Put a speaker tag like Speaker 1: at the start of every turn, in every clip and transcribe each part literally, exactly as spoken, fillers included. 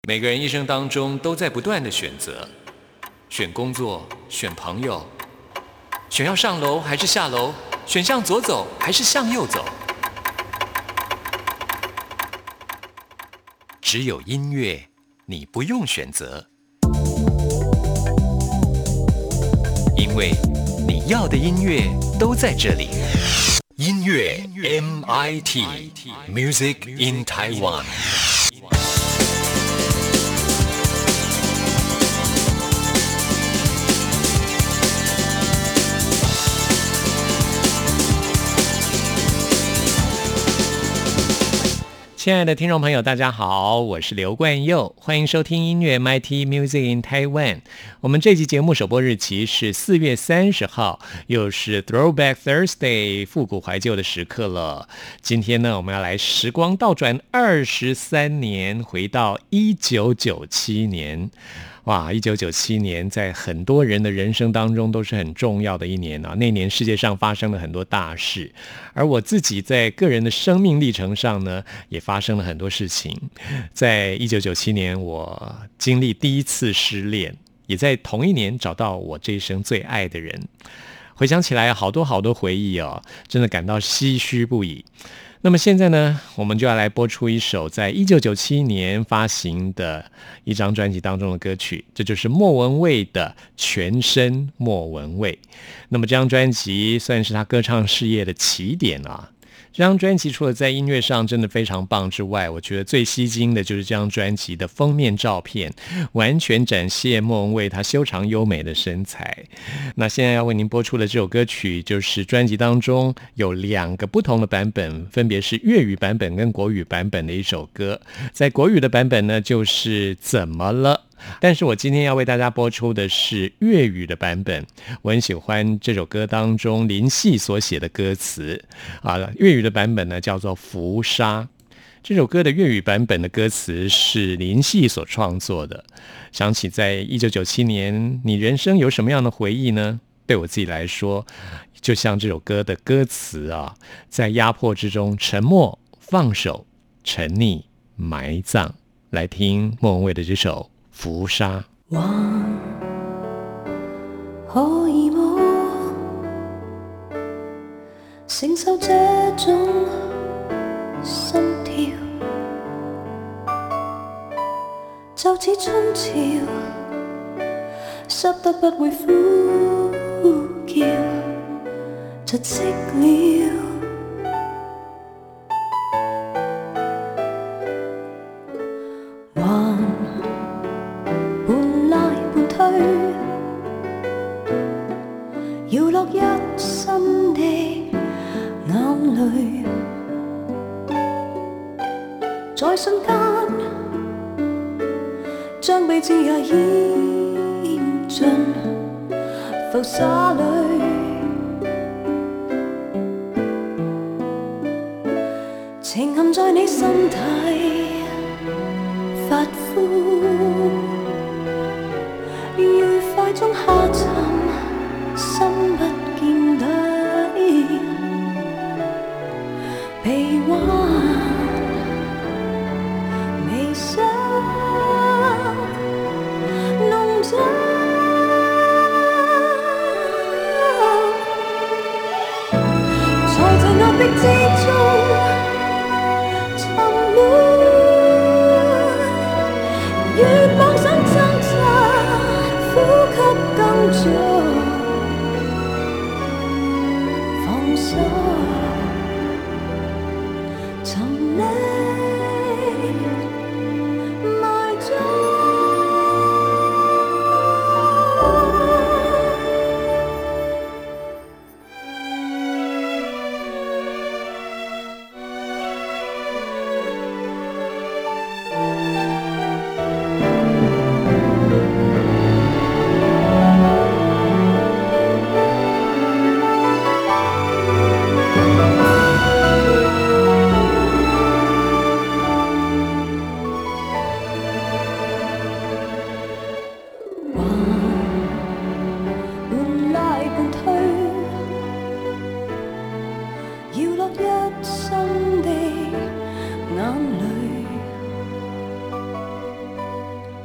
Speaker 1: 每个人一生当中都在不断的选择，选工作，选朋友，选要上楼还是下楼，选向左走还是向右走。只有音乐，你不用选择，因为你要的音乐都在这里。音乐 M I T Music in Taiwan。亲爱的听众朋友大家好，我是刘冠佑，欢迎收听音乐 M I T Music in Taiwan。 我们这期节目首播日期是四月三十号，又是 Throwback Thursday 复古怀旧的时刻了。今天呢，我们要来时光倒转二十三年，回到一九九七年。哇，一九九七年在很多人的人生当中都是很重要的一年啊！那年世界上发生了很多大事，而我自己在个人的生命历程上呢，也发生了很多事情。在一九九七年，我经历第一次失恋，也在同一年找到我这一生最爱的人。回想起来，好多好多回忆哦，真的感到唏嘘不已。那么现在呢，我们就要来播出一首在一九九七年发行的一张专辑当中的歌曲，这就是莫文蔚的《全身莫文蔚》。那么这张专辑算是他歌唱事业的起点啊。这张专辑除了在音乐上真的非常棒之外，我觉得最吸睛的就是这张专辑的封面照片，完全展现莫文蔚她修长优美的身材。那现在要为您播出的这首歌曲，就是专辑当中有两个不同的版本，分别是粤语版本跟国语版本的一首歌。在国语的版本呢，就是怎么了，但是我今天要为大家播出的是粤语的版本。我很喜欢这首歌当中林夕所写的歌词啊，粤语的版本呢叫做《浮沙》。这首歌的粤语版本的歌词是林夕所创作的。想起在一九九七年，你人生有什么样的回忆呢？对我自己来说，就像这首歌的歌词啊，在压迫之中沉默、放手、沉溺、埋葬。来听莫文蔚的这首浮沙。
Speaker 2: 還可以麼承受這種心跳，就似春潮濕得不會呼叫，窒息了。搖落一身的眼淚，在瞬間將彼此也淹進浮沙裏，情陷在你身體發膚，愉快中下沉，心不見底，臂彎微笑弄走，在這壓迫之中沉悶，越妄想掙扎，呼吸更重。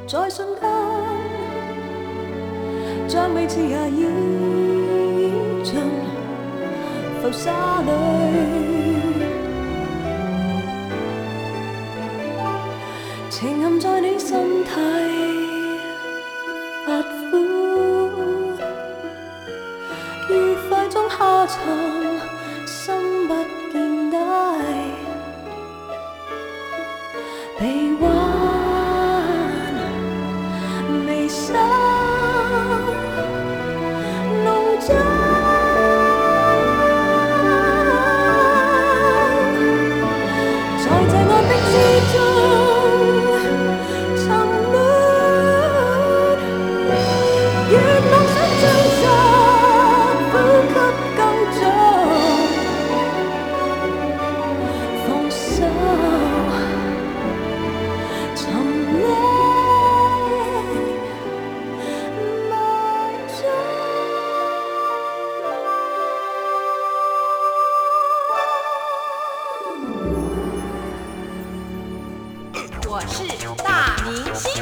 Speaker 2: 在瞬間，將彼此也淹進浮沙裏。情陷在你身體發苦，愉快中下沉，心不見底，臂彎微收，濃酒。在這壓迫之中。
Speaker 3: 我是大明星。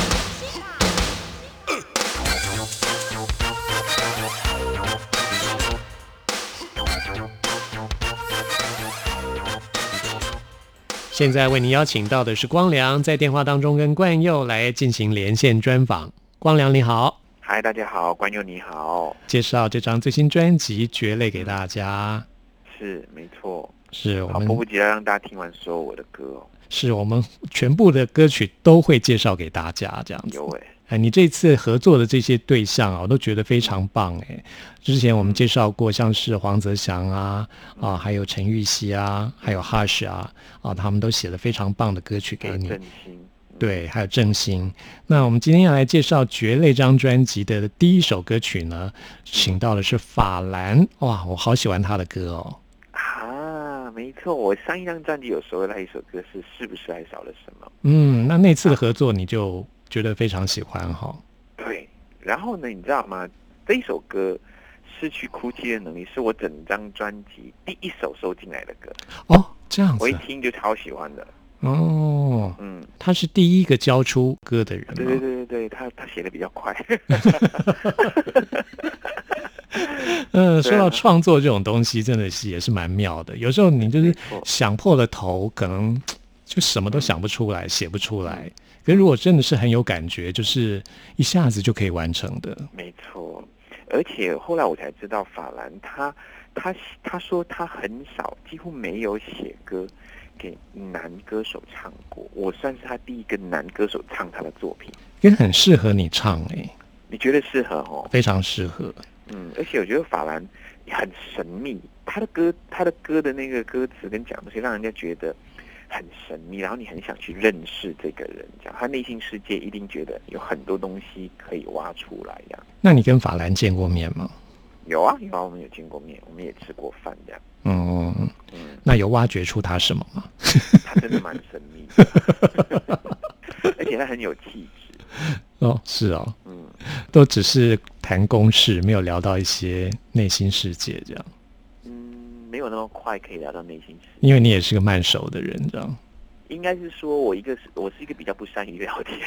Speaker 1: 现在为您邀请到的是光良，在电话当中跟冠佑来进行连线专访。光良你好。
Speaker 4: 嗨，大家好，冠佑你好。
Speaker 1: 介绍这张最新专辑《蕨类》给大家。
Speaker 4: 是，没错。
Speaker 1: 是我们
Speaker 4: 好，迫不及待让大家听完所有我的歌哦。
Speaker 1: 是我们全部的歌曲都会介绍给大家，这样子。
Speaker 4: 有哎、
Speaker 1: 哎，你这次合作的这些对象啊，我都觉得非常棒哎。之前我们介绍过，像是黄泽祥啊，啊，还有陈玉熙啊，还有 Hush 啊，啊，他们都写了非常棒的歌曲给你。
Speaker 4: 郑兴，
Speaker 1: 对，还有郑兴。那我们今天要来介绍《蕨类》这张专辑的第一首歌曲呢，请到的是法兰。哇，我好喜欢他的歌哦。
Speaker 4: 啊，没错，我上一张专辑有收到一首歌是《是不是还少了什么》。
Speaker 1: 嗯，那那次的合作你就觉得非常喜欢哈。
Speaker 4: 对，然后呢，你知道吗？这一首歌《失去哭泣的能力》是我整张专辑第一首收进来的歌。
Speaker 1: 哦，这样子。
Speaker 4: 我一听就超喜欢的。
Speaker 1: 哦，
Speaker 4: 嗯，
Speaker 1: 他是第一个交出歌的人吗？
Speaker 4: 对对对对对，他他写的比较快。
Speaker 1: 嗯，说到创作这种东西，真的是也是蛮妙的。有时候你就是想破了头，可能就什么都想不出来，写不出来。可是如果真的是很有感觉，就是一下子就可以完成的。
Speaker 4: 没错，而且后来我才知道，法兰他他他说他很少，几乎没有写歌给男歌手唱过。我算是他第一个男歌手唱他的作品，
Speaker 1: 也很适合你唱哎、欸。
Speaker 4: 你觉得适合哦？
Speaker 1: 非常适合。
Speaker 4: 嗯，而且我觉得法兰很神秘，他的歌他的歌的那个歌词跟讲东西，让人家觉得很神秘，然后你很想去认识这个人，这样他内心世界一定觉得有很多东西可以挖出来，这样。
Speaker 1: 那你跟法兰见过面吗？
Speaker 4: 有啊有啊，我们有见过面，我们也吃过饭，这样。
Speaker 1: 嗯
Speaker 4: 嗯，
Speaker 1: 那有挖掘出他什么吗？
Speaker 4: 他真的蛮神秘的，而且他很有气质。
Speaker 1: 哦，是哦，
Speaker 4: 嗯，
Speaker 1: 都只是谈公事，没有聊到一些内心世界这样。
Speaker 4: 嗯，没有那么快可以聊到内心世界，
Speaker 1: 因为你也是个慢熟的人，这样。
Speaker 4: 应该是说我一个是我是一个比较不善于聊天。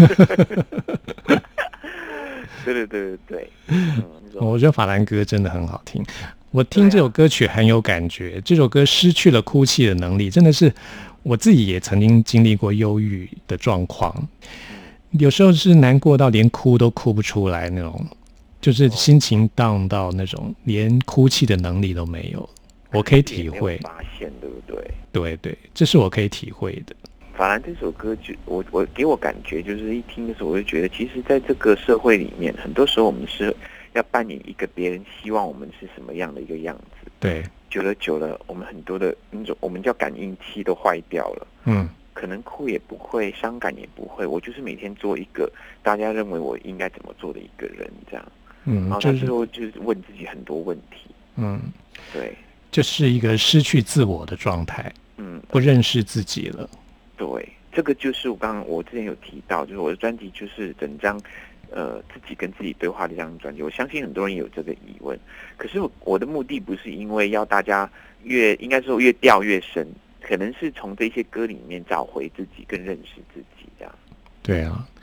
Speaker 4: 对对对对对，嗯，
Speaker 1: 我觉得法兰歌真的很好听。我听这首歌曲很有感觉，这首歌失去了哭泣的能力，真的是我自己也曾经经历过忧郁的状况。有时候是难过到连哭都哭不出来那种，就是心情 down 到那种连哭泣的能力都没有。我可以体会，
Speaker 4: 发现对不对？
Speaker 1: 对对，这是我可以体会的。
Speaker 4: 法兰这首歌就我我给我感觉就是一听的时候，我就觉得，其实在这个社会里面，很多时候我们是要扮演一个别人希望我们是什么样的一个样子。
Speaker 1: 对，
Speaker 4: 久了久了，我们很多的那种我们叫感应器都坏掉了。
Speaker 1: 嗯。
Speaker 4: 可能哭也不会，伤感也不会，我就是每天做一个大家认为我应该怎么做的一个人，这样。
Speaker 1: 嗯，
Speaker 4: 然后他最后就是问自己很多问题。
Speaker 1: 嗯，
Speaker 4: 对，
Speaker 1: 就是一个失去自我的状态。
Speaker 4: 嗯，
Speaker 1: 不认识自己了。
Speaker 4: 对，这个就是我刚刚我之前有提到，就是我的专辑就是整张呃自己跟自己对话的这张专辑。我相信很多人有这个疑问，可是我的目的不是因为要大家越应该说越掉越深。可能是从这些歌里面找回自己，更认识自己，这样。
Speaker 1: 对啊，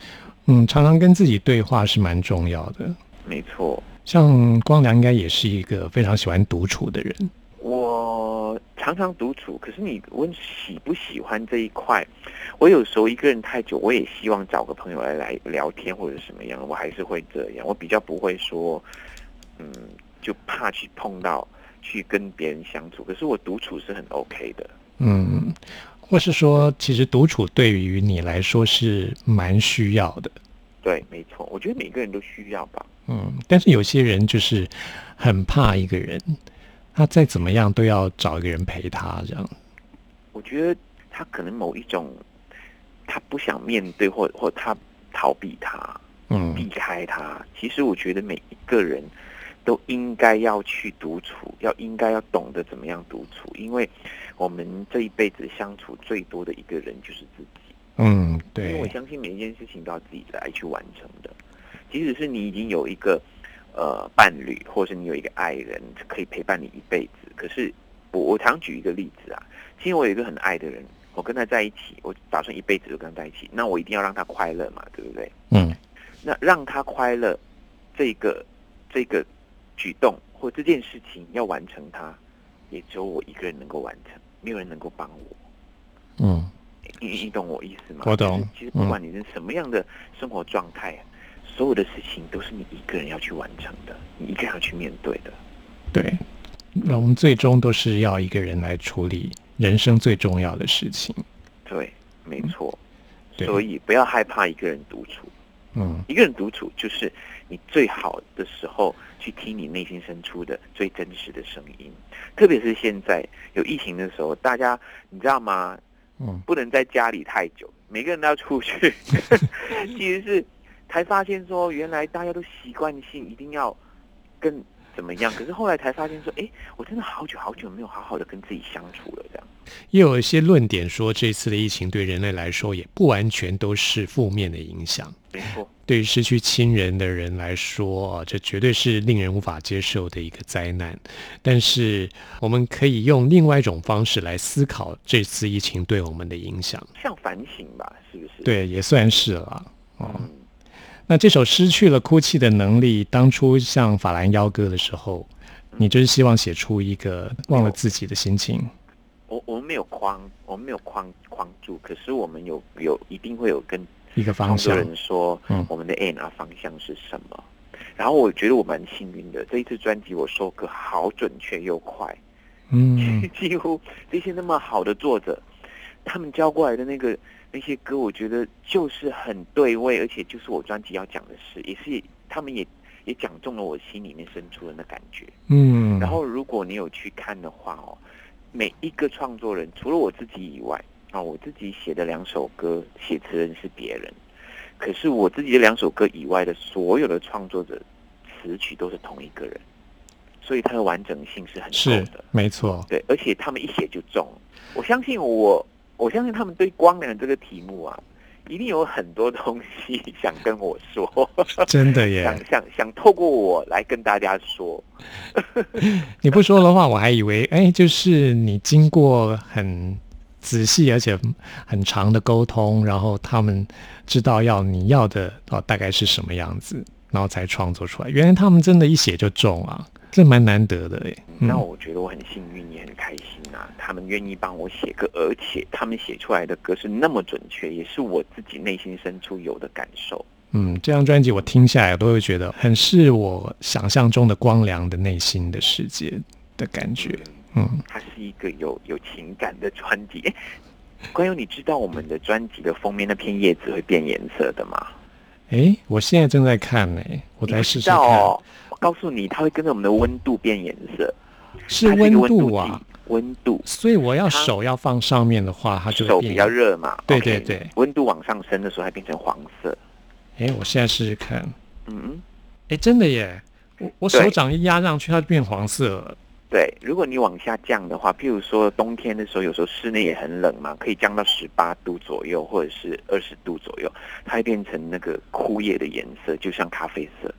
Speaker 1: 嗯，常常跟自己对话是蛮重要的。
Speaker 4: 没错。
Speaker 1: 像光良应该也是一个非常喜欢独处的人。
Speaker 4: 我常常独处，可是你问喜不喜欢这一块，我有时候一个人太久，我也希望找个朋友来来聊天或者什么样，我还是会这样。我比较不会说，嗯，就怕去碰到去跟别人相处。可是我独处是很 OK 的。
Speaker 1: 嗯，或是说，其实独处对于你来说是蛮需要的。
Speaker 4: 对，没错，我觉得每个人都需要吧。
Speaker 1: 嗯，但是有些人就是很怕一个人，他再怎么样都要找一个人陪他，这样。
Speaker 4: 我觉得他可能某一种，他不想面对，或或他逃避他，
Speaker 1: 嗯，
Speaker 4: 避开他。其实我觉得每一个人都应该要去独处，要应该要懂得怎么样独处，因为我们这一辈子相处最多的一个人就是自己。
Speaker 1: 嗯，对。
Speaker 4: 因为我相信每一件事情都要自己来去完成的，即使是你已经有一个呃伴侣，或是你有一个爱人可以陪伴你一辈子，可是我我常举一个例子啊，其实我有一个很爱的人，我跟他在一起，我打算一辈子都跟他在一起，那我一定要让他快乐嘛，对不对？
Speaker 1: 嗯，
Speaker 4: 那让他快乐这个这个举动或这件事情要完成它，也只有我一个人能够完成，没有人能够帮我。
Speaker 1: 嗯。
Speaker 4: 你你懂我意思吗？
Speaker 1: 我懂。
Speaker 4: 其实不管你是什么样的生活状态，嗯、所有的事情都是你一个人要去完成的，你一个人要去面对的。
Speaker 1: 对，那我们最终都是要一个人来处理人生最重要的事情。
Speaker 4: 对，没错。
Speaker 1: 嗯、
Speaker 4: 所以不要害怕一个人独处。
Speaker 1: 嗯，
Speaker 4: 一个人独处就是你最好的时候去听你内心深处的最真实的声音。特别是现在有疫情的时候，大家你知道吗？
Speaker 1: 嗯，
Speaker 4: 不能在家里太久，每个人都要出去。其实是才发现说，原来大家都习惯性一定要跟怎么样，可是后来才发现说，哎，我真的好久好久没有好好的跟自己相处了，这样。
Speaker 1: 也有一些论点说，这次的疫情对人类来说也不完全都是负面的影响。
Speaker 4: 没错，
Speaker 1: 对于失去亲人的人来说，这绝对是令人无法接受的一个灾难。但是我们可以用另外一种方式来思考这次疫情对我们的影响，
Speaker 4: 像反省吧，是不是？
Speaker 1: 对，也算是了。哦，
Speaker 4: 嗯、
Speaker 1: 那这首失去了哭泣的能力，当初像法兰邀歌的时候，你就是希望写出一个忘了自己的心情。
Speaker 4: 我我们没有框，我们没有框框住，可是我们有有一定会有跟
Speaker 1: 一个方向，
Speaker 4: 人说，嗯，我们的 A and R 方向是什么？然后我觉得我蛮幸运的，这一次专辑我收歌好准确又快，嗯，几乎这些那么好的作者，他们教过来的那个那些歌，我觉得就是很对味，而且就是我专辑要讲的事，也是他们也也讲中了我心里面深处的那感觉，嗯。然后如果你有去看的话哦，每一个创作人除了我自己以外。啊，我自己写的两首歌，写词人是别人，可是我自己的两首歌以外的所有的创作者，词曲都是同一个人，所以它的完整性是很够的，
Speaker 1: 没错。
Speaker 4: 对，而且他们一写就中。我相信我，我相信他们对光良这个题目啊，一定有很多东西想跟我说。
Speaker 1: 真的耶，
Speaker 4: 想想想透过我来跟大家说。
Speaker 1: 你不说的话，我还以为，哎，就是你经过很仔细而且很长的沟通，然后他们知道要你要的哦大概是什么样子，然后才创作出来。原来他们真的一写就中啊，这蛮难得的耶。
Speaker 4: 嗯、那我觉得我很幸运，也很开心啊。他们愿意帮我写歌，而且他们写出来的歌是那么准确，也是我自己内心深处有的感受。
Speaker 1: 嗯，这张专辑我听下来，我都会觉得很是我想象中的光良的内心的世界的感觉。嗯，
Speaker 4: 它是一个有有情感的专辑。哎，关佑，你知道我们的专辑的封面那片叶子会变颜色的吗？
Speaker 1: 哎，我现在正在看呢、欸，我来试试看。
Speaker 4: 哦，我告诉你，它会跟着我们的温度变颜色。
Speaker 1: 是温度啊，
Speaker 4: 温度。
Speaker 1: 所以我要手要放上面的话，它就
Speaker 4: 手比较热嘛。
Speaker 1: 对对对，
Speaker 4: okay, 温度往上升的时候，它变成黄色。
Speaker 1: 哎，我现在试试看。
Speaker 4: 嗯，
Speaker 1: 哎，真的耶！我我手掌一压上去，它就变黄色了。
Speaker 4: 对，如果你往下降的话，譬如说冬天的时候，有时候室内也很冷嘛，可以降到十八度左右，或者是二十度左右，它会变成那个枯叶的颜色，就像咖啡色。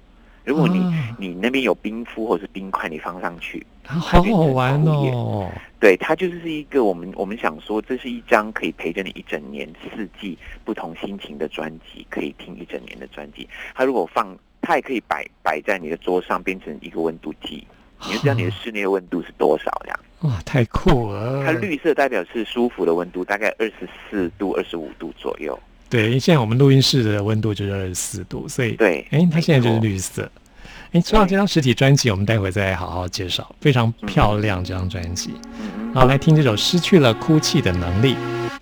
Speaker 4: 如果你、
Speaker 1: 啊、
Speaker 4: 你那边有冰敷或是冰块，你放上去，
Speaker 1: 啊、好好玩哦。
Speaker 4: 对，它就是一个我们我们想说，这是一张可以陪着你一整年四季不同心情的专辑，可以听一整年的专辑。它如果放，它也可以摆摆在你的桌上，变成一个温度计，你就知道你的室内的温度是多少这样。
Speaker 1: 哇，太酷了！
Speaker 4: 它绿色代表是舒服的温度，大概二十四度、二十五度左右。
Speaker 1: 对，现在我们录音室的温度就是二十四度，所以
Speaker 4: 对，
Speaker 1: 哎，它现在就是绿色。哎，说到这张实体专辑，我们待会再好好介绍，非常漂亮这张专辑。
Speaker 4: 嗯嗯，
Speaker 1: 好，来听这首《失去了哭泣的能力》。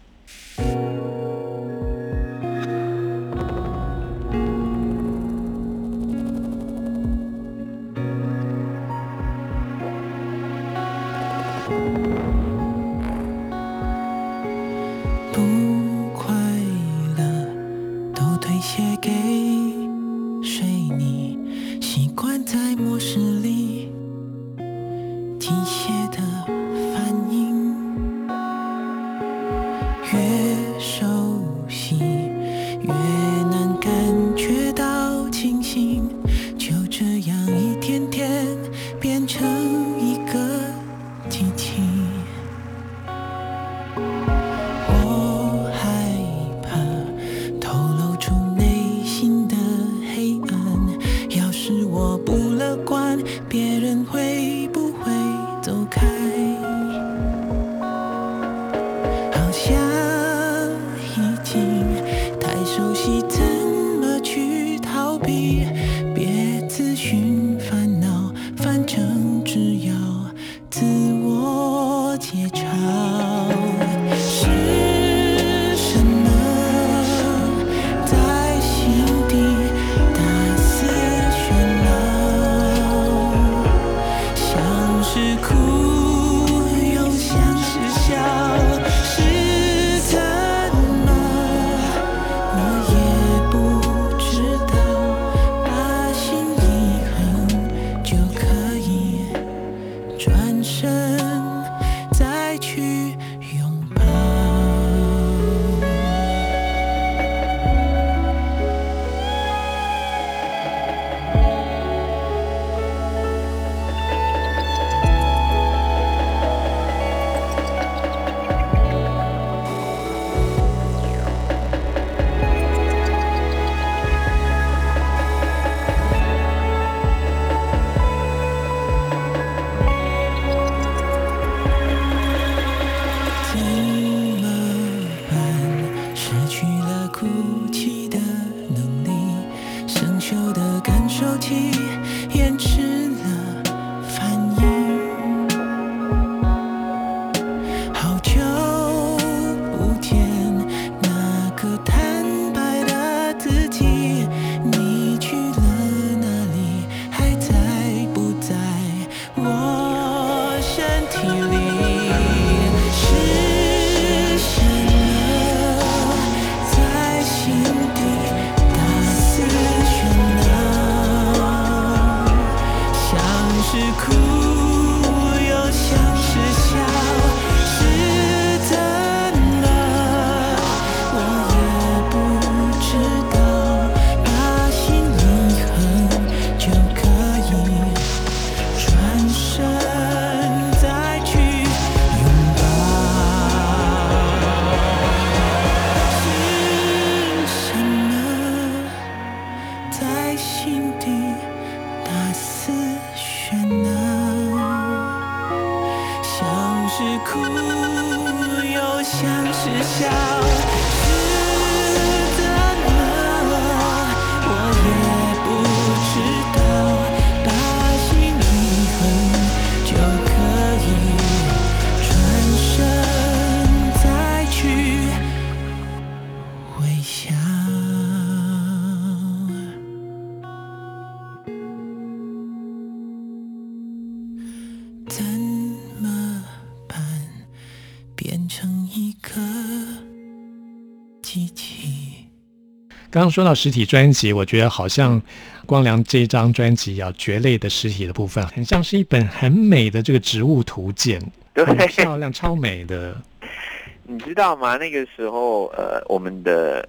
Speaker 1: 刚刚说到实体专辑，我觉得好像光良这张专辑啊，蕨类的实体的部分，很像是一本很美的这个植物图鉴，
Speaker 4: 对，
Speaker 1: 很漂亮，超美的。
Speaker 4: 你知道吗？那个时候，呃，我们的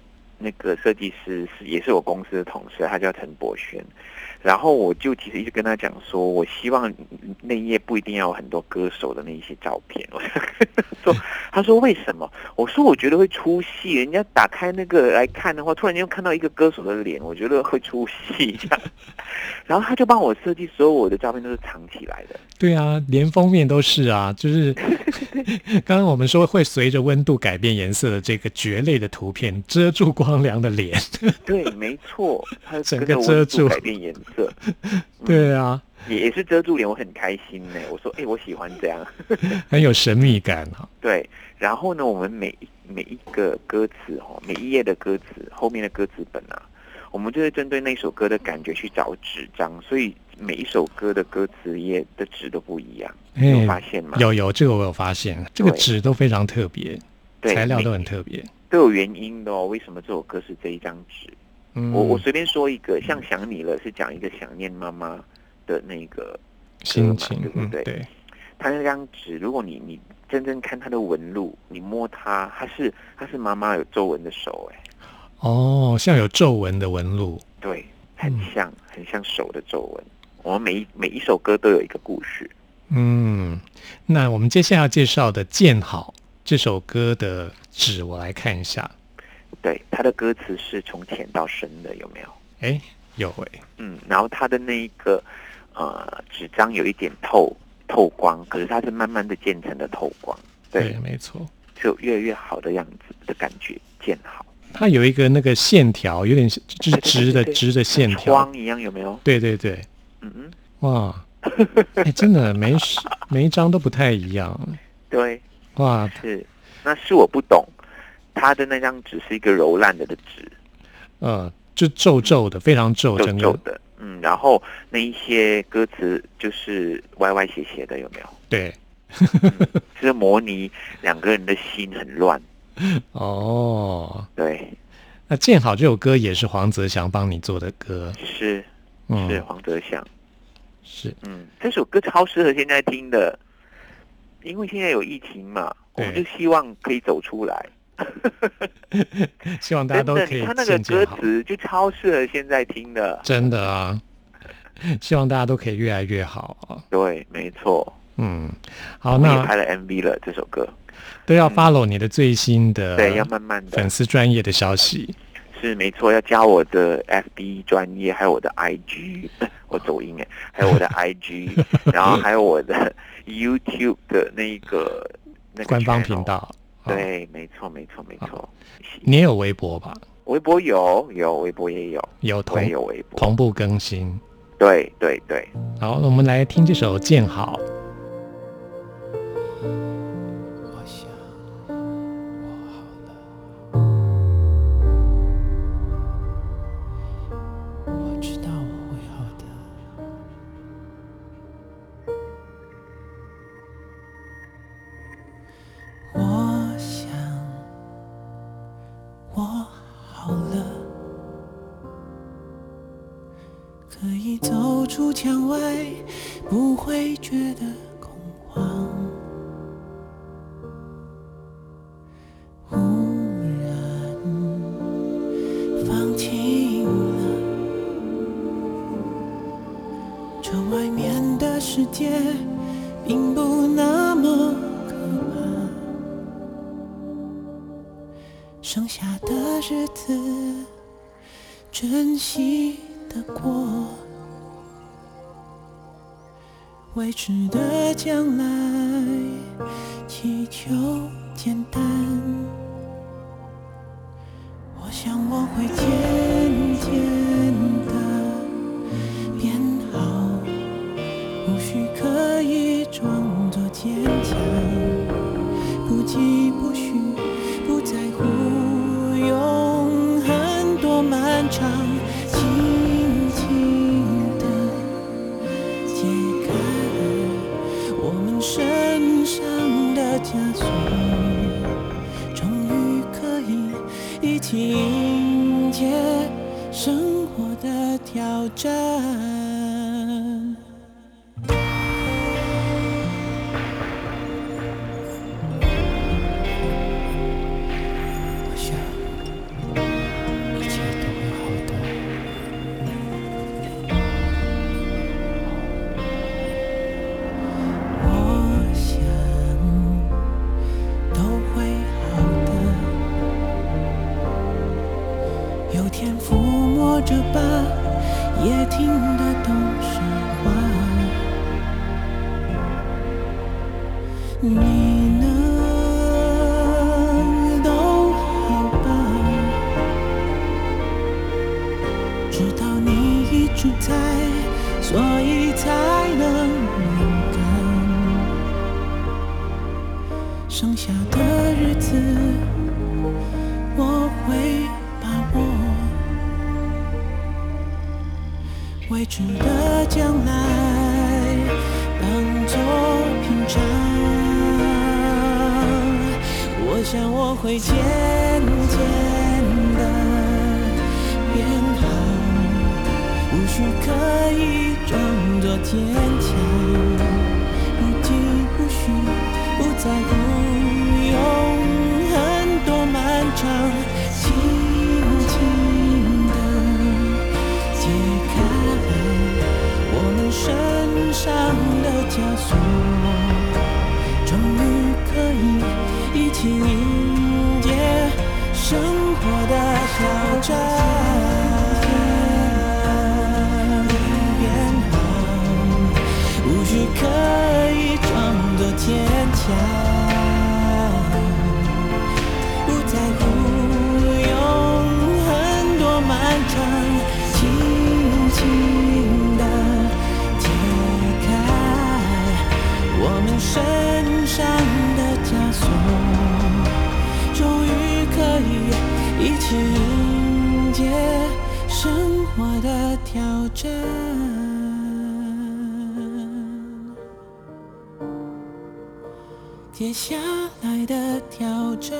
Speaker 4: 那个设计师是也是我公司的同事，他叫陈柏轩。然后我就其实一直跟他讲说，我希望那一页不一定要有很多歌手的那一些照片。我就跟他说，他说为什么？我说我觉得会出戏，人家打开那个来看的话，突然间又看到一个歌手的脸，我觉得会出戏这样。然后他就帮我设计，所有我的照片都是藏起来的。
Speaker 1: 对啊，连封面都是啊，就是刚刚我们说会随着温度改变颜色的这个蕨类的图片，遮住光良的脸。
Speaker 4: 对，没错，它
Speaker 1: 整个
Speaker 4: 跟着
Speaker 1: 遮住
Speaker 4: 温度改变颜色。
Speaker 1: 对啊，
Speaker 4: 也也是遮住脸，我很开心呢。我说，哎、欸，我喜欢这样，
Speaker 1: 很有神秘感啊。
Speaker 4: 对，然后呢，我们每一每一个歌词哦，每一页的歌词后面的歌词本啊，我们就会针对那首歌的感觉去找纸张，所以每一首歌的歌词页的纸都不一样，你有发现吗？
Speaker 1: 有有，这个我有发现，这个纸都非常特别，材料都很特别，
Speaker 4: 都有原因的哦。为什么这首歌是这一张纸？嗯、我我随便说一个，像想你了是讲一个想念妈妈的那个
Speaker 1: 心情，
Speaker 4: 对不对？
Speaker 1: 嗯、对。
Speaker 4: 他那张纸，如果你你真正看它的纹路，你摸它，它是它是妈妈有皱纹的手，哎。
Speaker 1: 哦，像有皱纹的纹路。
Speaker 4: 对，很像、嗯、很像手的皱纹。我们每一每一首歌都有一个故事。
Speaker 1: 嗯，那我们接下来要介绍的《见好》这首歌的纸，我来看一下。
Speaker 4: 对，它的歌词是从浅到深的，有没有？
Speaker 1: 哎，有哎、欸。
Speaker 4: 嗯，然后它的那一个呃纸张有一点透透光，可是它是慢慢的渐层的透光。对，
Speaker 1: 对没错，
Speaker 4: 就越来越好的样子的感觉，见好。
Speaker 1: 它有一个那个线条，有点就是直的直的线条，
Speaker 4: 窗一样，有没有？
Speaker 1: 对对对，
Speaker 4: 嗯嗯，
Speaker 1: 哇，哎，真的每每一张都不太一样。
Speaker 4: 对，
Speaker 1: 哇，
Speaker 4: 是，那是我不懂。他的那张纸是一个柔烂的的纸，
Speaker 1: 呃，就皱皱的，非常皱，
Speaker 4: 皱皱的，嗯，然后那一些歌词就是歪歪斜斜的，有没有？
Speaker 1: 对，
Speaker 4: 嗯、是模拟两个人的心很乱。
Speaker 1: 哦，
Speaker 4: 对，
Speaker 1: 那《见好》这首歌也是黄泽祥帮你做的歌，
Speaker 4: 是，
Speaker 1: 嗯、
Speaker 4: 是黄泽祥，
Speaker 1: 是，
Speaker 4: 嗯，这首歌超适合现在听的，因为现在有疫情嘛，我们就希望可以走出来。
Speaker 1: 希望大家都可以。
Speaker 4: 他那个歌词就超适合现在听的，
Speaker 1: 真的啊！希望大家都可以越来越好啊！
Speaker 4: 对，没错。
Speaker 1: 嗯，好，那
Speaker 4: 也拍了 M V 了，这首歌
Speaker 1: 都要 follow 你的最新的、嗯，
Speaker 4: 对，要慢慢的
Speaker 1: 粉丝专业的消息。
Speaker 4: 是没错，要加我的 F B 专业，还有我的 I G， 我走音哎，还有我的 I G， 然后还有我的 YouTube 的那个那个
Speaker 1: 官方频道。
Speaker 4: 对，没错，没错，没错。
Speaker 1: 你也有微博吧？
Speaker 4: 微博有，有微博也有，
Speaker 1: 有同
Speaker 4: 有微博
Speaker 1: 同步更新。
Speaker 4: 对对对。
Speaker 1: 好，那我们来听这首《见好》。
Speaker 5: 我想我好了，我知道我会好的。我想我好了，可以走出墙外，不会觉得恐慌。忽然放晴了，这外面的世界并不那么可怕，剩下的日子珍惜的过，未知的将来祈求简单。我想我会渐渐的变好，无需刻意装作坚强，不急不徐，不在乎永恒多漫长，轻轻地解开我们身上的枷锁，终于可以一起迎接生活的挑战。我想着吧，也听得懂实话。你呢？都好吧，知道你一直在，所以才能勇敢。剩下的日子我会把握，未知的将来当作平常。我想我会渐渐的变好，无需刻意装作坚强，不急不徐，不在乎永恒多漫长，轻轻的解开我们身上的枷锁，终于可以一起迎接生活的挑战。变好，无需刻意装作坚强，不在乎永恒多漫长，轻轻地解开我们身上的枷锁，终于可以一起迎接生活的挑战。接下来的挑战，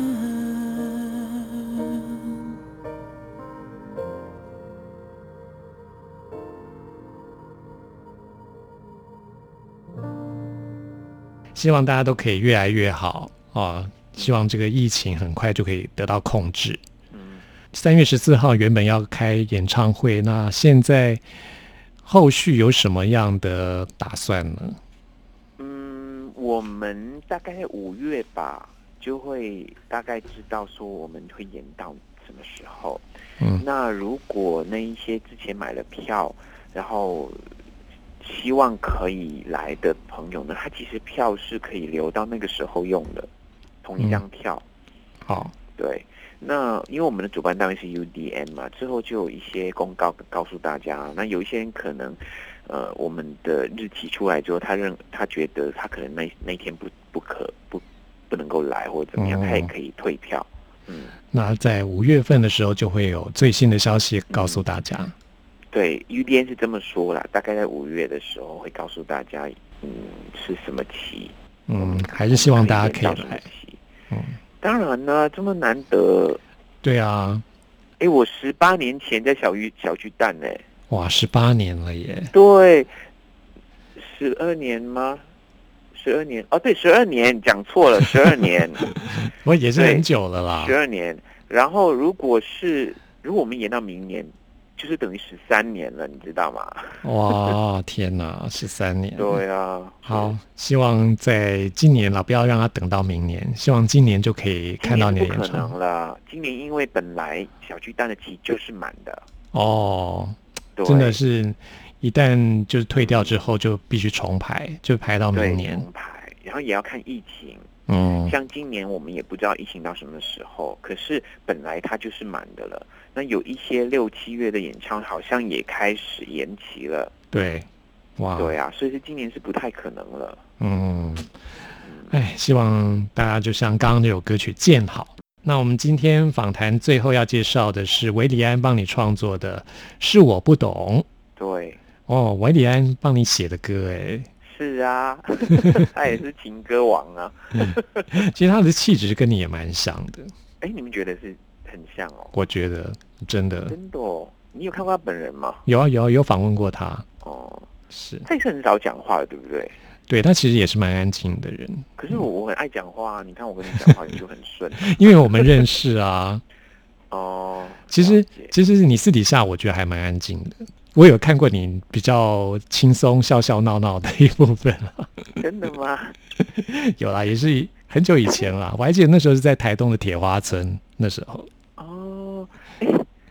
Speaker 1: 希望大家都可以越来越好啊！希望这个疫情很快就可以得到控制。三月十四号原本要开演唱会，那现在后续有什么样的打算呢？
Speaker 4: 嗯，我们大概五月吧，就会大概知道说我们会演到什么时候。嗯，那如果那一些之前买了票，然后希望可以来的朋友呢，他其实票是可以留到那个时候用的，同一张票。嗯、好，对。那因为我们的主办单位是 U D M 嘛，之后就有一些公告告诉大家。那有一些人可能，呃，我们的日期出来之后，他认他觉得他可能那那天不不可不不能够来或者怎么样，嗯、他也可以退票。嗯，
Speaker 1: 那在五月份的时候就会有最新的消息告诉大家。嗯、
Speaker 4: 对 ，U D M 是这么说啦，大概在五月的时候会告诉大家，嗯，是什么期。
Speaker 1: 嗯，还是希望大家可以来。
Speaker 4: 嗯。当然呢，这么难得。
Speaker 1: 对啊，
Speaker 4: 哎，我十八年前在小巨小巨蛋呢。
Speaker 1: 哇，十八年了耶！
Speaker 4: 对，十二年吗？十二年哦，对，十二年，讲错了，十二年。
Speaker 1: 我也是很久了啦，
Speaker 4: 十二年。然后，如果是如果我们延到明年，就是等于十三年了，你知道吗？
Speaker 1: 哇，天哪，十三年！
Speaker 4: 对啊，
Speaker 1: 好，希望在今年了，不要让他等到明年。希望今年就可以看到你的演唱。
Speaker 4: 不可能了，今年因为本来小巨蛋的期就是满的。
Speaker 1: 哦，真的是，一旦就是退掉之后，就必须重排，就排到明年。
Speaker 4: 重排，然后也要看疫情。
Speaker 1: 嗯，
Speaker 4: 像今年我们也不知道疫情到什么时候，可是本来它就是满的了。那有一些六七月的演唱好像也开始延期了。
Speaker 1: 对，哇，
Speaker 4: 对啊，所以是今年是不太可能了。
Speaker 1: 嗯，哎，希望大家就像刚刚那首歌曲见好。那我们今天访谈最后要介绍的是韦礼安帮你创作的《是我不懂》。
Speaker 4: 对，
Speaker 1: 哦，韦礼安帮你写的歌，哎。
Speaker 4: 是啊，他也是情歌王啊。
Speaker 1: 其实他的气质跟你也蛮像的。
Speaker 4: 哎，你们觉得是很像哦？
Speaker 1: 我觉得真的。
Speaker 4: 真的哦？你有看过他本人吗？
Speaker 1: 有啊有啊，有访问过他。
Speaker 4: 哦，
Speaker 1: 是。
Speaker 4: 他也是很少讲话的，对不对？
Speaker 1: 对，他其实也是蛮安静的人。
Speaker 4: 可是我我很爱讲话啊，你看我跟你讲话你就很顺。
Speaker 1: 因为我们认识啊。
Speaker 4: 哦，
Speaker 1: 其实其实你私底下我觉得还蛮安静的。我有看过你比较轻松笑笑闹闹的一部分啦。
Speaker 4: 真的吗？
Speaker 1: 有啦，也是很久以前啦。我还记得那时候是在台东的铁花村那时候。
Speaker 4: 哦，哎，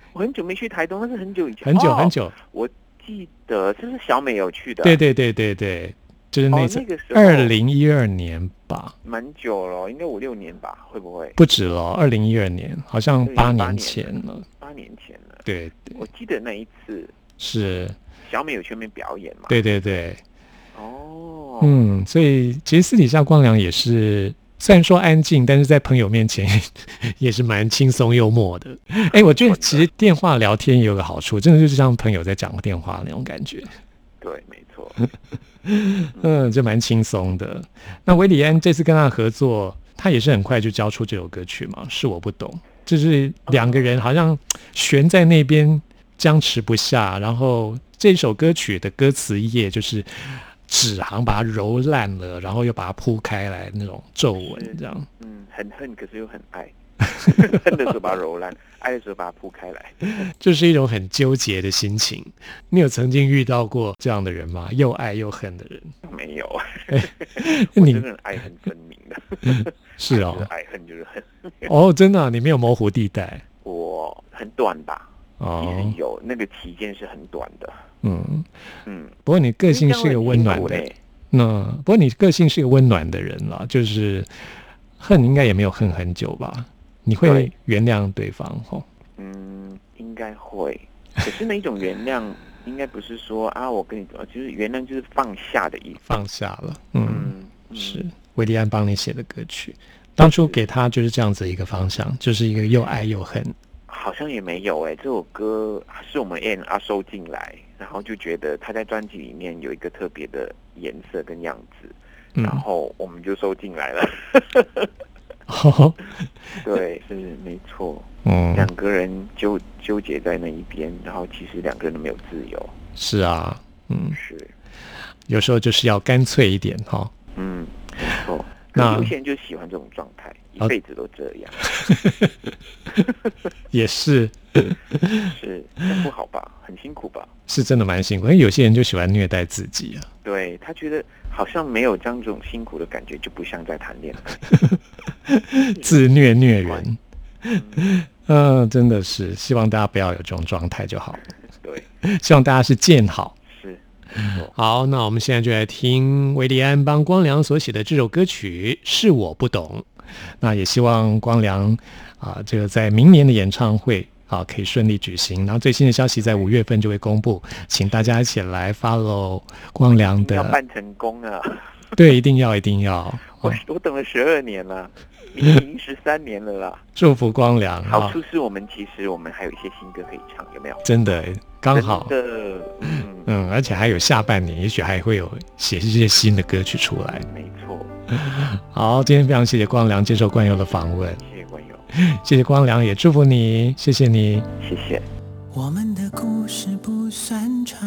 Speaker 4: 我很久没去台东，那是很久以前，
Speaker 1: 很久
Speaker 4: 哦、
Speaker 1: 很久。
Speaker 4: 我记得是不是小美有去的？
Speaker 1: 对对对对对，就是那次
Speaker 4: 哦那个时候
Speaker 1: 二零一二年吧，
Speaker 4: 蛮久了，应该五六年吧，会不会？
Speaker 1: 不止了，二零一二年，好像八年前了。
Speaker 4: 八年前了。
Speaker 1: 对对，
Speaker 4: 我记得那一次
Speaker 1: 是，
Speaker 4: 小美有去那边表演嘛？
Speaker 1: 对对对。
Speaker 4: 哦，
Speaker 1: 嗯，所以其实私底下光良也是，虽然说安静，但是在朋友面前也是蛮轻松幽默的。哎，我觉得其实电话聊天也有个好处，真的就是像朋友在讲电话那种感觉。
Speaker 4: 对，没错。
Speaker 1: 嗯，就蛮轻松的。那韦礼安这次跟他合作，他也是很快就交出这首歌曲嘛，是我不懂，就是两个人好像悬在那边僵持不下，然后这首歌曲的歌词页就是纸行把它揉烂了，然后又把它铺开来那种皱纹这样。
Speaker 4: 嗯，很恨，可是又很爱。恨的时候把它揉烂，爱的时候把它铺开来，
Speaker 1: 就是一种很纠结的心情。你有曾经遇到过这样的人吗？又爱又恨的人？
Speaker 4: 没有。
Speaker 1: 欸、
Speaker 4: 我真的爱恨分明的。
Speaker 1: 是哦，
Speaker 4: 爱恨就是恨。
Speaker 1: 哦，真的、啊，你没有模糊地带？
Speaker 4: 我很短吧。
Speaker 1: 哦，
Speaker 4: 其实有那个期间是很短的。
Speaker 1: 嗯
Speaker 4: 嗯，
Speaker 1: 不过你个性是个温暖的。那不过你个性是个温暖的人啦，就是恨应该也没有恨很久吧？你会原谅对方吼？
Speaker 4: 嗯，应该会。可是那一种原谅，应该不是说啊，我跟你就是原谅，就是放下的意思。
Speaker 1: 放下了，嗯，
Speaker 4: 嗯
Speaker 1: 是韦礼安帮你写的歌曲，当初给他就是这样子一个方向，就是一个又爱又恨。
Speaker 4: 好像也没有哎、欸，这首歌是我们 N 阿收进来，然后就觉得他在专辑里面有一个特别的颜色跟样子，
Speaker 1: 嗯、
Speaker 4: 然后我们就收进来了。
Speaker 1: 哦，
Speaker 4: 对，是没错。
Speaker 1: 嗯，
Speaker 4: 两个人纠纠结在那一边，然后其实两个人都没有自由。
Speaker 1: 是啊，嗯，
Speaker 4: 是，
Speaker 1: 有时候就是要干脆一点哈、哦。
Speaker 4: 嗯，没错。
Speaker 1: 那
Speaker 4: 有些人就喜欢这种状态，一辈子都这样。
Speaker 1: 也是，
Speaker 4: 是，但不好吧？很辛苦吧？
Speaker 1: 是真的蛮辛苦，因为有些人就喜欢虐待自己啊。
Speaker 4: 对，他觉得好像没有这样这种辛苦的感觉，就不像在谈恋爱。
Speaker 1: 自虐虐人。嗯、呃，真的是希望大家不要有这种状态就好。
Speaker 4: 对，
Speaker 1: 希望大家是健好。
Speaker 4: 是。
Speaker 1: 好，那我们现在就来听韦礼安帮光良所写的这首歌曲《是我不懂》。那也希望光良啊、呃，这个在明年的演唱会啊可以顺利举行。然后最新的消息在五月份就会公布，请大家一起来 follow 光良的。
Speaker 4: 要办成功啊！
Speaker 1: 对，一定要，一定要。
Speaker 4: 我我等了十二年了。已经十三年了啦！
Speaker 1: 祝福光良。
Speaker 4: 好处是我们其实我们还有一些新歌可以唱，有没有？
Speaker 1: 真的刚好。
Speaker 4: 真的，嗯
Speaker 1: 嗯，而且还有下半年，也许还会有写一些新的歌曲出来。
Speaker 4: 没错。
Speaker 1: 好，今天非常谢谢光良接受冠佑的访问。
Speaker 4: 谢谢冠佑，
Speaker 1: 谢谢光良，也祝福你，谢谢你，
Speaker 4: 谢谢。
Speaker 5: 我们的故事不算长，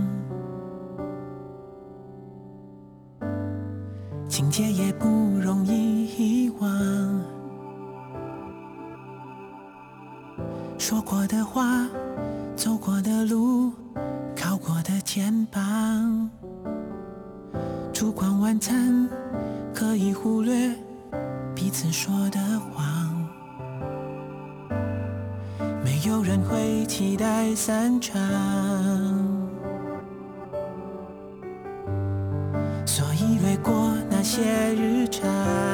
Speaker 5: 情节也不容易遗忘，说过的话，走过的路，靠过的肩膀，烛光晚餐可以忽略彼此说的谎，没有人会期待散场，所以略过那些日常，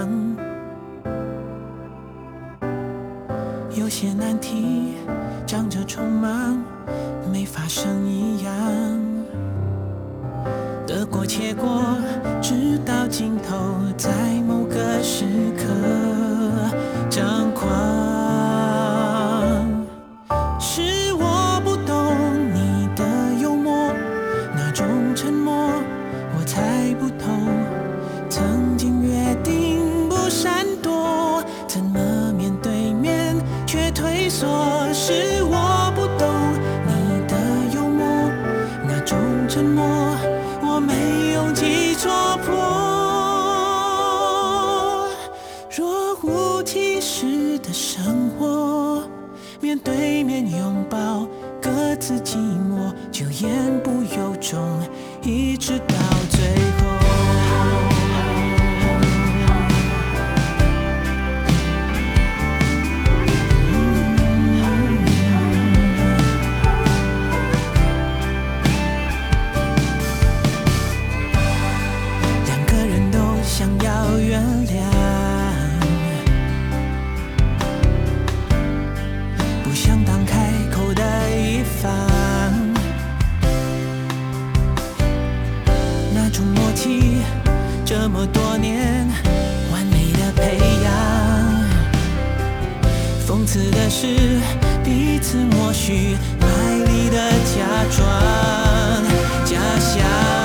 Speaker 5: 有些难题长着匆忙，没发生一样，得过且过，直到尽头，在某个时刻张狂。是我不懂你的幽默，那种沉默我猜不透，曾经约定不闪躲，怎么面对面却退缩？是我不懂你的幽默，那种沉默我没勇气戳破。若无其事的生活，面对面拥抱，各自寂寞，就言不由衷，一直到最后。 是彼此默许爱里的假装假象。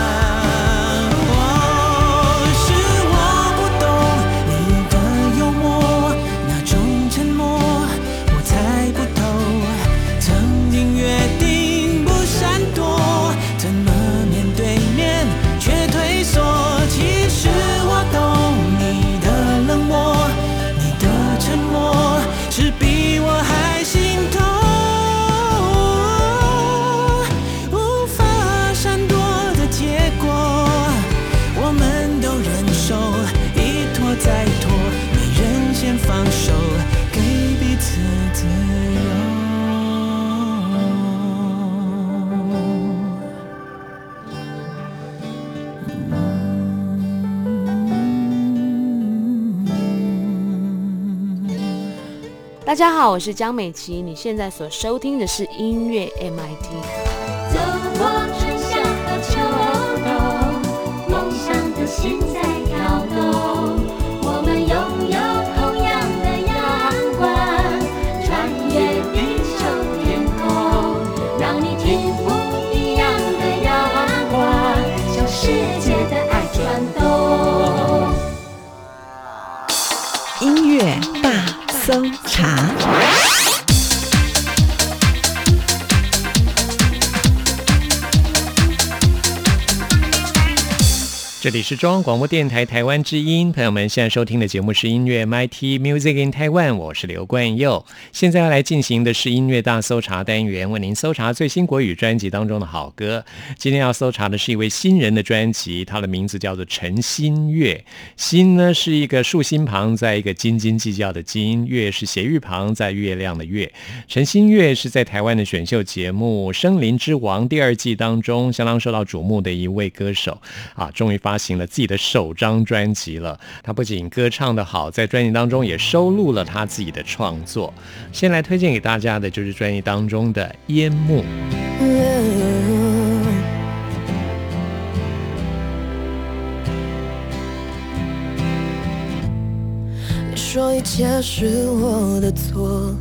Speaker 6: 大家好，我是江美琪，你现在所收听的是音乐 M I T。
Speaker 2: 走过春夏和秋冬，梦想的心在跳动，我们拥有同样的阳光，穿越地球天空，让你听不一样的阳光，向世界的爱转动。
Speaker 7: 音乐大搜查。
Speaker 1: 这里是中央广播电台台湾之音，朋友们现在收听的节目是音乐 M I T Music in Taiwan， 我是刘冠佑。现在要来进行的是音乐大搜查单元，为您搜查最新国语专辑当中的好歌。今天要搜查的是一位新人的专辑，他的名字叫做陈新月。新呢是一个竖心旁，在一个斤斤计较的斤，月是斜玉旁，在月亮的月。陈新月是在台湾的选秀节目《声林之王》第二季当中相当受到瞩目的一位歌手啊，终于发发行了自己的首张专辑了。他不仅歌唱得好，在专辑当中也收录了他自己的创作。先来推荐给大家的就是专辑当中的《烟幕》。
Speaker 2: 你说一切是我的错，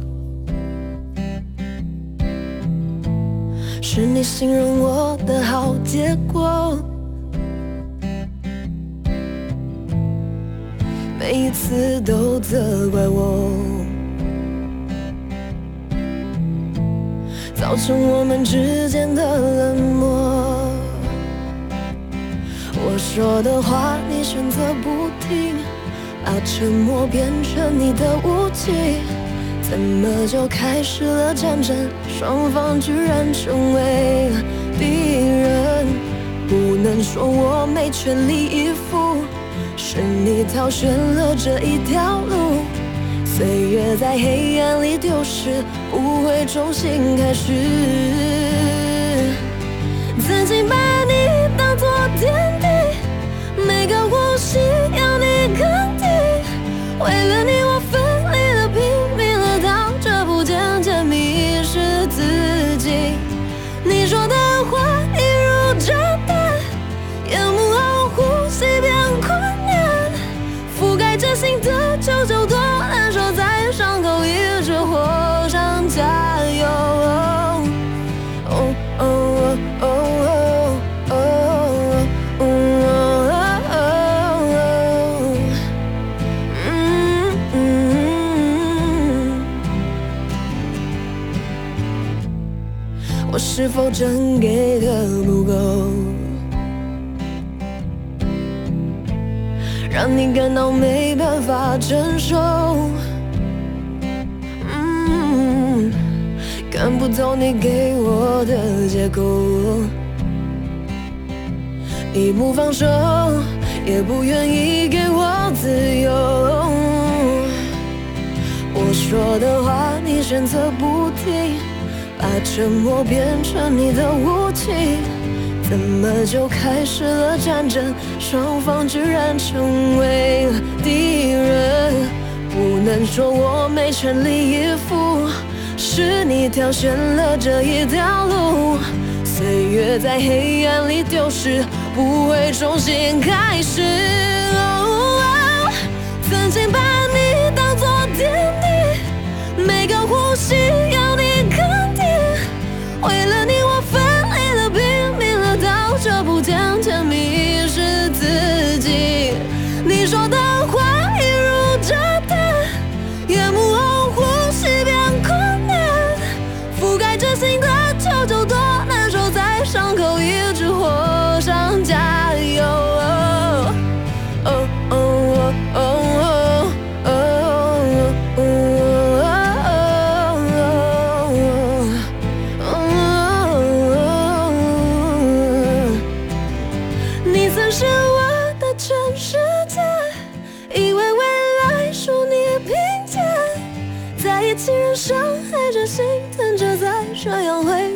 Speaker 2: 是你形容我的好结果，每一次都责怪我，造成我们之间的冷漠。我说的话你选择不听，把沉默变成你的武器，怎么就开始了战争？双方居然成为了敌人，不能说我没全力以赴，是你挑选了这一条路，岁月在黑暗里丢失，不会重新开始。曾经把你当作天地，每个呼吸要你肯定，为了你我奋力了，拼命了，到这步渐渐迷失自己。你说的话一如炸弹，烟幕后呼吸变困难，覆盖着心的褶皱多难受，在伤口一直火上加油。哦哦哦哦哦哦哦，嗯嗯，我是否真给的不够，让你感到没办法承受？嗯，看不透你给我的借口，你不放手，也不愿意给我自由。我说的话你选择不听，把沉默变成你的武器，怎么就开始了战争？双方居然成为了敌人，不能说我没全力以赴，是你挑选了这一条路，岁月在黑暗里丢失，不会重新开始。哦哦，曾经把你当作天地，每个呼吸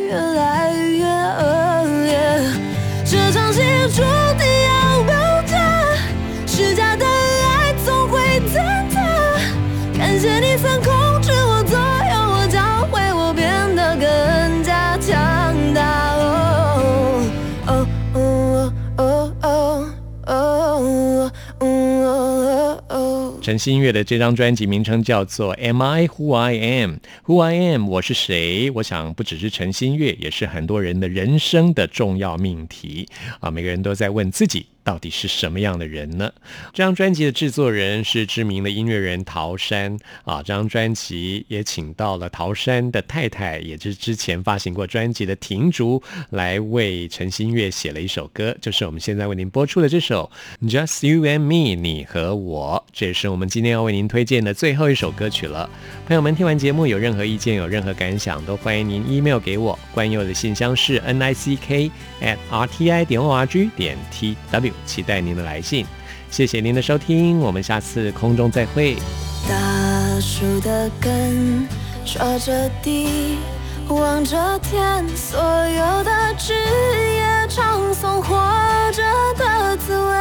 Speaker 2: 越来越恶劣。这场戏注定要爆炸，虚假的爱总会坍塌。感谢你曾控制我，左右我，教会我变得更加强大。哦哦哦哦哦哦哦哦。
Speaker 1: 陈星月的这张专辑名称叫做 Am I Who I Am? Who I Am? 我是谁？我想不只是陈星月，也是很多人的人生的重要命题啊！每个人都在问自己，到底是什么样的人呢？这张专辑的制作人是知名的音乐人陶山啊，这张专辑也请到了陶山的太太，也就是之前发行过专辑的婷竹，来为陈星月写了一首歌，就是我们现在为您播出的这首 Just You and Me 你和我，这也是我们今天要为您推荐的最后一首歌曲了。朋友们听完节目有任何意见有任何感想，都欢迎您 email 给我，冠佑的信箱是 N I C K at R T I 点 O R G 点 T W，期待您的来信，谢谢您的收听，我们下次空中再会。
Speaker 2: 大树的根抓着地，望着天，所有的枝叶唱颂活着的滋味。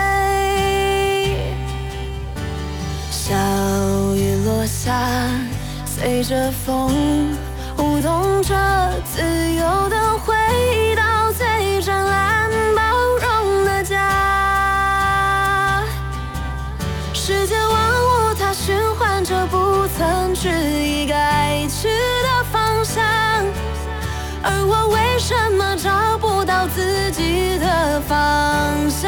Speaker 2: 小雨落下，随着风舞动着，自由的回到最湛蓝包容的家。世界万物它循环着，不曾质疑该去的方向。而我为什么找不到自己的方向？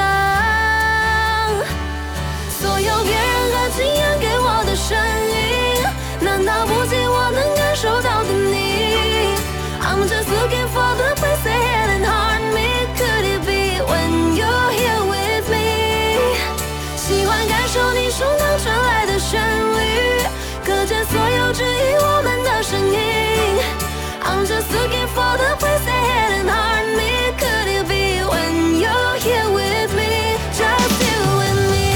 Speaker 2: 所有别人和经验给我的声音，难道不及我能感受到的你？ I'm just looking for the place that hit and hurt me. Could it be when you're here with me? 喜欢感受你胸膛传来的旋律，隔绝所有质疑我们的声音。I'm just looking for the place that hit and hurt me. Could it be when you're here with me? Just you and me.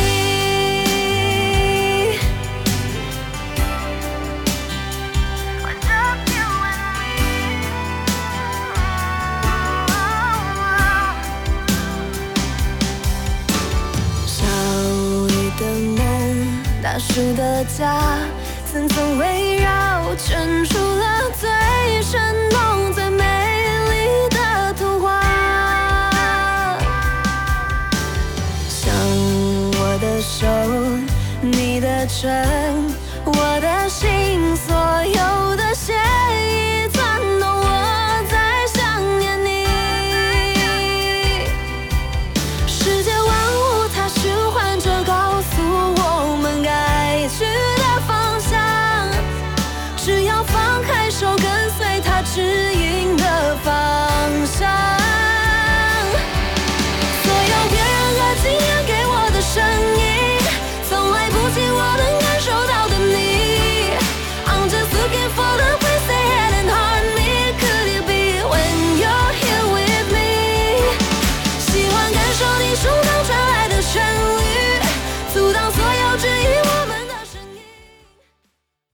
Speaker 2: Just you and me. 小雨的梦，大树的家，层层围绕，圈出了最生动、最美丽的图画。像我的手，你的唇。